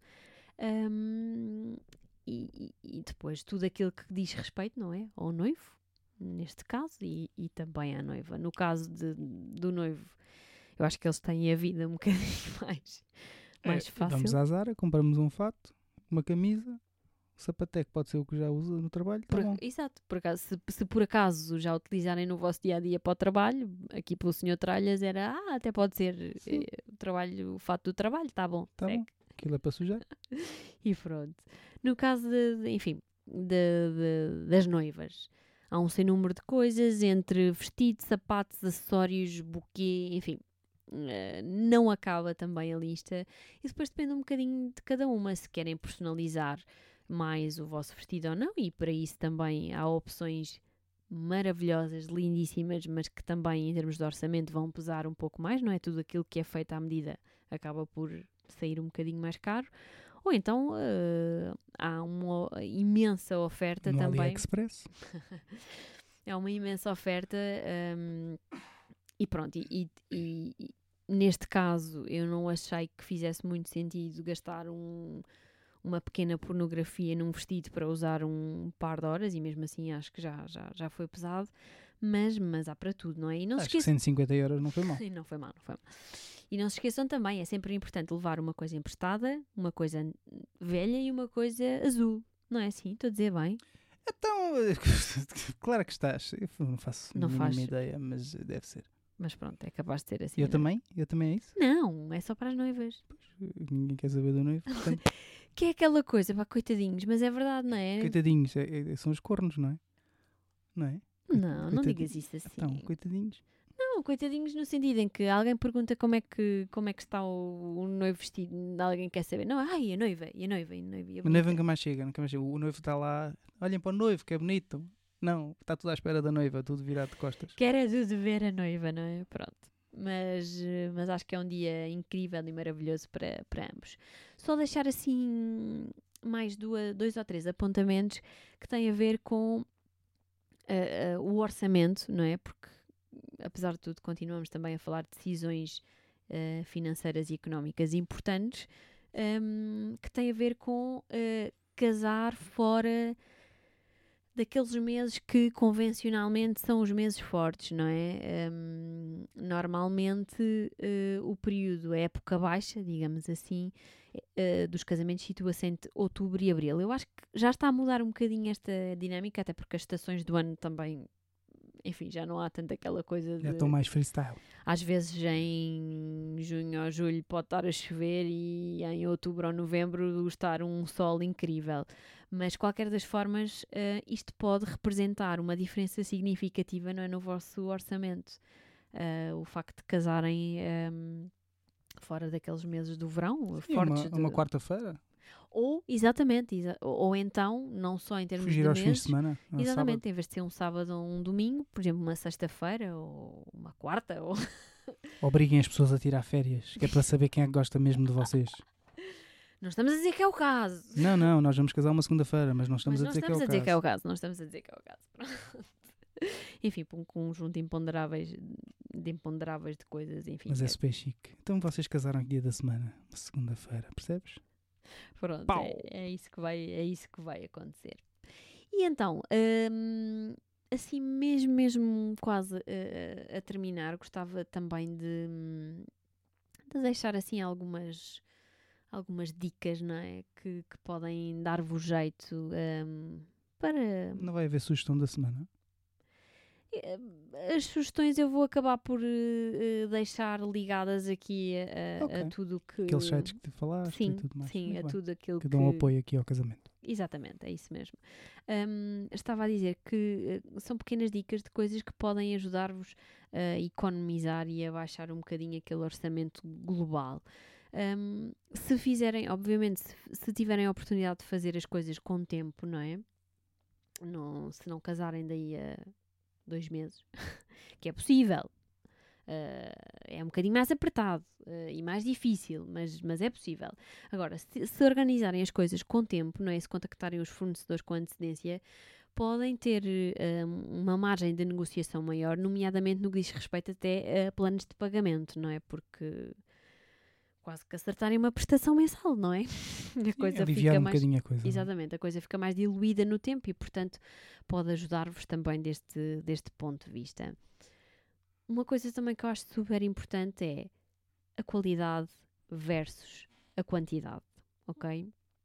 Um, e, e depois tudo aquilo que diz respeito, não é? Ao noivo, neste caso, e, e também à noiva. No caso de, do noivo, eu acho que eles têm a vida um bocadinho mais, mais É, fácil. vamos à Zara, compramos um fato, uma camisa, o sapateco pode ser o que já usa no trabalho, tá Por, bom. exato, por acaso, se, se por acaso já utilizarem no vosso dia-a-dia para o trabalho, aqui pelo senhor Tralhas era, ah, até pode ser eh, o trabalho, o fato do trabalho, tá bom, Tá segue. bom, aquilo é para sujar. E pronto. No caso, de, de, enfim, de, de, das noivas, há um sem número de coisas, entre vestidos, sapatos, acessórios, buquê, enfim, uh, não acaba também a lista. E depois depende um bocadinho de cada uma, se querem personalizar mais o vosso vestido ou não, e para isso também há opções maravilhosas, lindíssimas, mas que também em termos de orçamento vão pesar um pouco mais, não é? Tudo aquilo que é feito à medida acaba por sair um bocadinho mais caro. Ou então uh, há uma imensa oferta no também. AliExpress. É uma imensa oferta um, e pronto, e, e, e neste caso eu não achei que fizesse muito sentido gastar um, uma pequena pornografia num vestido para usar um par de horas, e mesmo assim acho que já, já, já foi pesado, mas, mas há para tudo, não é? E não Acho se que esqueçam... cento e cinquenta euros não foi mal. não foi mal, não foi mal. E não se esqueçam também, é sempre importante levar uma coisa emprestada, uma coisa velha e uma coisa azul. Não é assim? Estou a dizer bem? Então, claro que estás. Eu não faço Não a mínima faz. ideia, mas deve ser. Mas pronto, é capaz de ser assim. Eu não? também? Eu também é isso? Não, é só para as noivas. Pois, ninguém quer saber do noivo, portanto. Que é aquela coisa, pá, coitadinhos, mas é verdade, não é? Coitadinhos, é, é, são os cornos, não é? Não é? Não, não digas isso assim. Então, coitadinhos. Não, coitadinhos no sentido em que alguém pergunta como é que, como é que está o, o noivo vestido, alguém quer saber. Não, ai, a noiva, e a noiva, e a noiva. E a O noivo nunca mais chega, nunca mais chega. O noivo está lá, olhem para o noivo, que é bonito. Não, está tudo à espera da noiva, tudo virado de costas. Quer é de ver a noiva, não é? Pronto. Mas, mas acho que é um dia incrível e maravilhoso para, para ambos. Só deixar assim mais duas, dois ou três apontamentos que têm a ver com uh, uh, o orçamento, não é? Porque, apesar de tudo, continuamos também a falar de decisões uh, financeiras e económicas importantes, um, que têm a ver com uh, casar fora daqueles meses que convencionalmente são os meses fortes, não é? Um, normalmente uh, o período, a época baixa, digamos assim, uh, dos casamentos situa-se entre outubro e abril. Eu acho que já está a mudar um bocadinho esta dinâmica, até porque as estações do ano também, enfim, já não há tanto aquela coisa de... Já estão mais freestyle. Às vezes em junho ou julho pode estar a chover e em outubro ou novembro estar um sol incrível. Mas, qualquer das formas, uh, isto pode representar uma diferença significativa, não é, no vosso orçamento. Uh, o facto de casarem um, fora daqueles meses do verão, Sim, fortes uma, de... uma quarta-feira. Ou, exatamente, exa ou, ou então, não só em termos Fugir de aos meses, fins de semana. exatamente, Sábado. em vez de ser um sábado ou um domingo, por exemplo, uma sexta-feira ou uma quarta. Ou... Obriguem as pessoas a tirar férias, que é para saber quem é que gosta mesmo de vocês. Não estamos a dizer que é o caso. Não, não, nós vamos casar uma segunda-feira, mas não estamos Mas a não dizer, estamos que, é a dizer que é o o caso. Não estamos a dizer que é o caso. Pronto. Enfim, por um conjunto de imponderáveis, de imponderáveis de coisas, enfim. Mas é super chique. Então vocês casaram que dia da semana? Uma segunda-feira, percebes? Pronto, é, é, isso que vai, é isso que vai acontecer. E então, hum, assim mesmo, mesmo quase uh, a terminar, gostava também de, de deixar assim algumas... algumas dicas, não é? Que, que podem dar-vos jeito um, para... Não vai haver sugestão da semana? As sugestões eu vou acabar por uh, deixar ligadas aqui a, Okay. a tudo que... Aqueles sites que te falaste sim, e tudo mais. sim, Muito a bem. tudo aquilo que... que... dão apoio aqui ao casamento. Exatamente, é isso mesmo. Um, estava a dizer que uh, são pequenas dicas de coisas que podem ajudar-vos a economizar e a baixar um bocadinho aquele orçamento global. Um, se fizerem, obviamente, se, se tiverem a oportunidade de fazer as coisas com tempo, não é? Não, se não casarem daí a dois meses, que é possível, Uh, é um bocadinho mais apertado uh, e mais difícil, mas, mas é possível. Agora, se, se organizarem as coisas com tempo, não é? Se contactarem os fornecedores com antecedência, podem ter um, uma margem de negociação maior, nomeadamente no que diz respeito até a planos de pagamento, não é? Porque quase que acertarem uma prestação mensal, não é? A coisa aliviar fica um mais, bocadinho a coisa. exatamente, a coisa fica mais diluída no tempo e, portanto, pode ajudar-vos também deste, deste ponto de vista. Uma coisa também que eu acho super importante é a qualidade versus a quantidade, ok?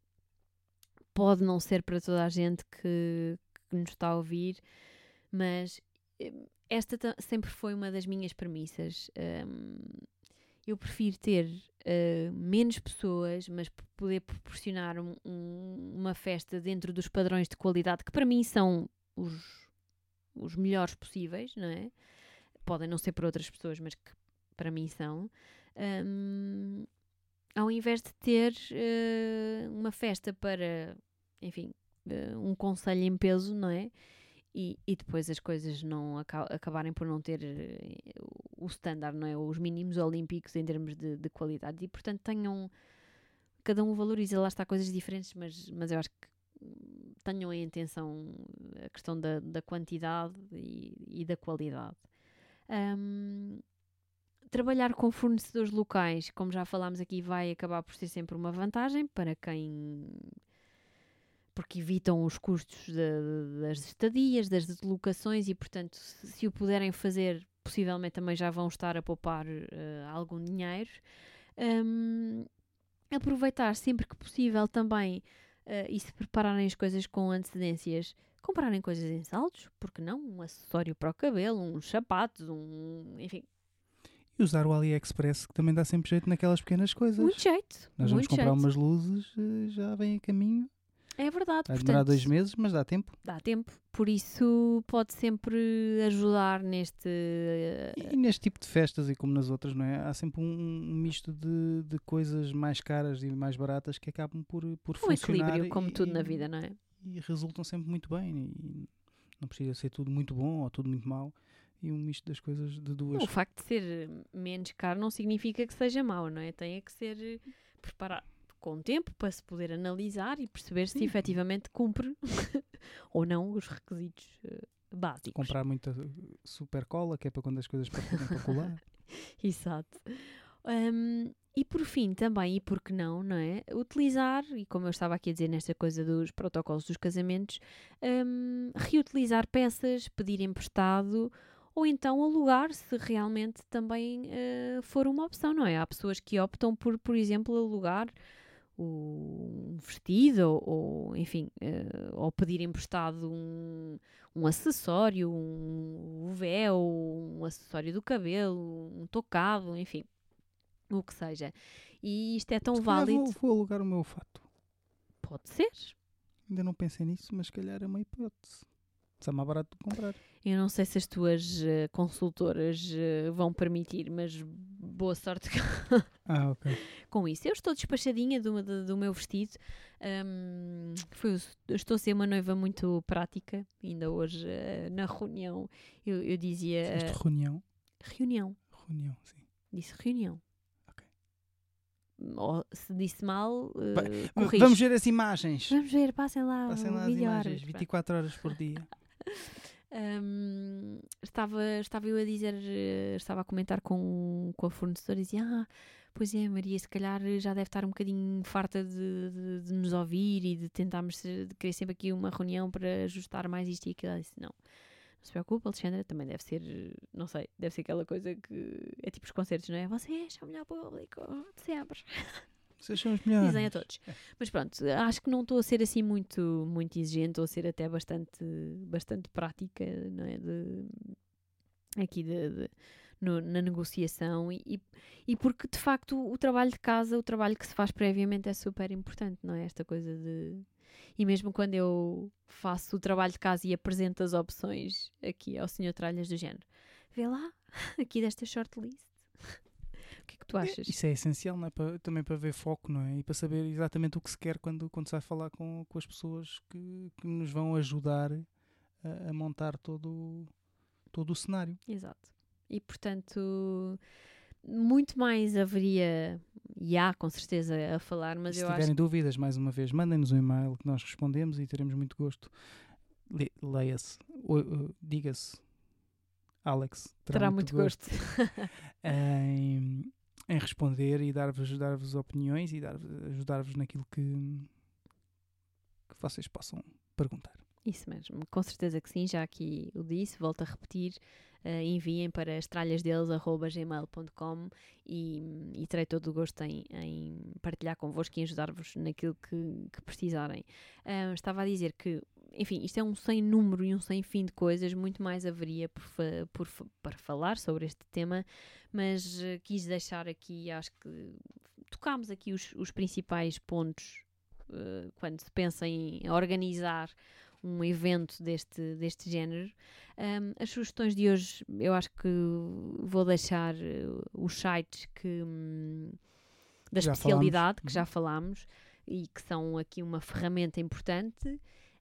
Pode não ser para toda a gente que, que nos está a ouvir, mas esta t- sempre foi uma das minhas premissas. Um, eu prefiro ter uh, menos pessoas, mas p- poder proporcionar um, um, uma festa dentro dos padrões de qualidade que para mim são os, os melhores possíveis, não é? Podem não ser para outras pessoas, mas que para mim são, um, ao invés de ter uh, uma festa para, enfim, uh, um conselho em peso, não é? E, e depois as coisas não aca- acabarem por não ter uh, o standard, não é? Os mínimos olímpicos em termos de, de qualidade. E, portanto, tenham... Cada um valoriza, lá está, coisas diferentes, mas, mas eu acho que tenham em atenção a questão da, da quantidade e, e da qualidade. Um, trabalhar com fornecedores locais, como já falámos aqui, vai acabar por ser sempre uma vantagem para quem... porque evitam os custos de, das estadias, das deslocações e, portanto, se, se o puderem fazer, possivelmente também já vão estar a poupar uh, algum dinheiro. Um, aproveitar sempre que possível também uh, e se prepararem as coisas com antecedências, comprarem coisas em saldos, porque não? Um acessório para o cabelo, uns sapatos, um... enfim. E usar o AliExpress, que também dá sempre jeito naquelas pequenas coisas. Muito jeito. Nós vamos muito comprar jeito. umas luzes, já vem a caminho. É verdade. Vai demorar portanto, dois meses, mas dá tempo. Dá tempo. Por isso pode sempre ajudar neste... E neste tipo de festas, e como nas outras, não é? Há sempre um, um misto de, de coisas mais caras e mais baratas que acabam por, por um funcionar. equilíbrio, como e, tudo na vida, não é? E resultam sempre muito bem. E não precisa ser tudo muito bom ou tudo muito mau. E um misto das coisas de duas. O facto de ser menos caro não significa que seja mau, não é? Tem é que ser preparado com tempo para se poder analisar e perceber se Sim. efetivamente cumpre ou não os requisitos uh, básicos. Comprar muita super cola, que é para quando as coisas partirem para colar. Exato. Um, e por fim também, e por que não, não é? Utilizar, e como eu estava aqui a dizer nesta coisa dos protocolos dos casamentos, um, reutilizar peças, pedir emprestado ou então alugar, se realmente também uh, for uma opção, não é? Há pessoas que optam por, por exemplo, alugar o, um vestido ou, ou enfim, uh, ou pedir emprestado um, um acessório, um, um véu, um acessório do cabelo, um tocado, enfim, o que seja. E isto é tão Se calhar válido. Vou, vou alugar o meu fato. Pode ser. Ainda não pensei nisso, mas se calhar é uma hipótese. Está mais barato de comprar. Eu não sei se as tuas uh, consultoras uh, vão permitir, mas boa sorte Ah, ok. com isso. Eu estou despachadinha do, do, do meu vestido. Um, foi, eu estou a ser uma noiva muito prática. Ainda hoje, uh, na reunião, eu, eu dizia... Fizeste Uh, reunião? reunião. Reunião, sim. Disse reunião. Ok. Ou, se disse mal, uh, Vai, corrijo. vamos ver as imagens. Vamos ver, passem lá. Passem o lá as vídeo imagens. árbitro. vinte e quatro horas por dia. Um, estava, estava eu a dizer, estava a comentar com, com a fornecedora e dizia, ah, pois é, Maria, se calhar já deve estar um bocadinho farta de, de, de nos ouvir e de tentarmos de querer sempre aqui uma reunião para ajustar mais isto e aquilo. Ela disse, não, não se preocupe, Alexandra, também deve ser, não sei, deve ser aquela coisa que é tipo os concertos, não é? Vocês são o melhor público de sempre. Vocês são os melhores. Dizem a todos. Mas pronto, acho que não estou a ser assim muito, muito exigente, estou a ser até bastante, bastante prática, não é? De, aqui de, de, no, na negociação e, e, e porque de facto o, o trabalho de casa, o trabalho que se faz previamente é super importante, não é? Esta coisa de... E mesmo quando eu faço o trabalho de casa e apresento as opções aqui ao senhor Tralhas do género, vê lá, aqui desta shortlist. O que é que tu achas? Isso é essencial, não é? Para, também para ver foco, não é? E para saber exatamente o que se quer quando, quando se vai falar com, com as pessoas que, que nos vão ajudar a, a montar todo, todo o cenário. Exato. e, portanto, muito mais haveria, e há com certeza a falar, mas Se eu tiverem acho... dúvidas, mais uma vez, mandem-nos um e-mail que nós respondemos e teremos muito gosto. Le- Leia-se, ou, uh, diga-se, Alex, terá, Terá muito, muito gosto, gosto. em, em responder e dar-vos, dar-vos opiniões e dar, ajudar-vos naquilo que, que vocês possam perguntar. Isso mesmo, com certeza que sim, já aqui o disse, volto a repetir, uh, enviem para estralhasdeles arroba gmail ponto com e, e terei todo o gosto em, em partilhar convosco e ajudar-vos naquilo que, que precisarem. Uh, estava a dizer que, enfim, isto é um sem número e um sem fim de coisas, muito mais haveria por, fa- por fa- para falar sobre este tema, mas uh, quis deixar aqui, acho que tocámos aqui os, os principais pontos uh, quando se pensa em organizar um evento deste, deste género. Um, as sugestões de hoje, eu acho que vou deixar uh, os sites que, um, da Já especialidade, falámos. que já falámos, e que são aqui uma ferramenta importante.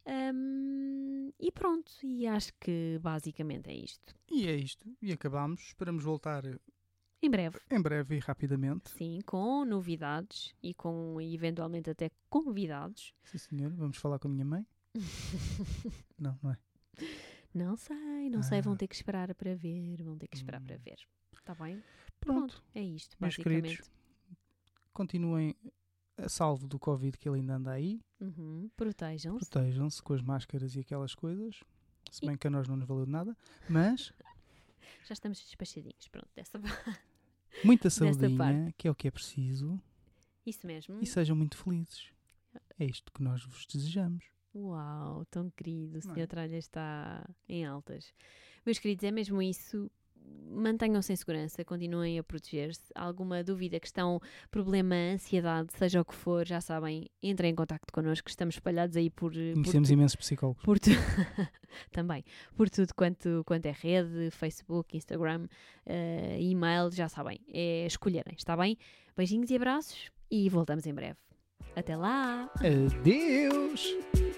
Um, e pronto, e acho que basicamente é isto. E é isto. E acabamos. Esperamos voltar Em breve. em breve e rapidamente. Sim, com novidades e com eventualmente até convidados. Sim, senhor. Vamos falar com a minha mãe. Não, não é? Não sei, não sei, Ah. vão ter que esperar para ver, vão ter que esperar Hum. para ver. Está bem? Pronto. É isto, Meus basicamente. queridos, continuem a salvo do Covid que ele ainda anda aí. Uhum, protejam-se. Protejam-se com as máscaras e aquelas coisas. Se bem que a nós não nos valeu de nada. Mas Já estamos despachadinhos, pronto, dessa muita Dessa saudinha, parte. que é o que é preciso. Isso mesmo. E sejam muito felizes. É isto que nós vos desejamos. Uau, tão querido, o Não é? senhor Tralha está em altas. Meus queridos, é mesmo isso. Mantenham-se em segurança, continuem a proteger-se. Alguma dúvida, questão, problema, ansiedade, seja o que for, já sabem, entrem em contacto connosco, estamos espalhados aí por... Conhecemos por imensos psicólogos. Por tu... Também, por tudo quanto, quanto é rede, Facebook, Instagram, uh, e-mail, já sabem, é escolherem, está bem? Beijinhos e abraços e voltamos em breve. Até lá! Adeus!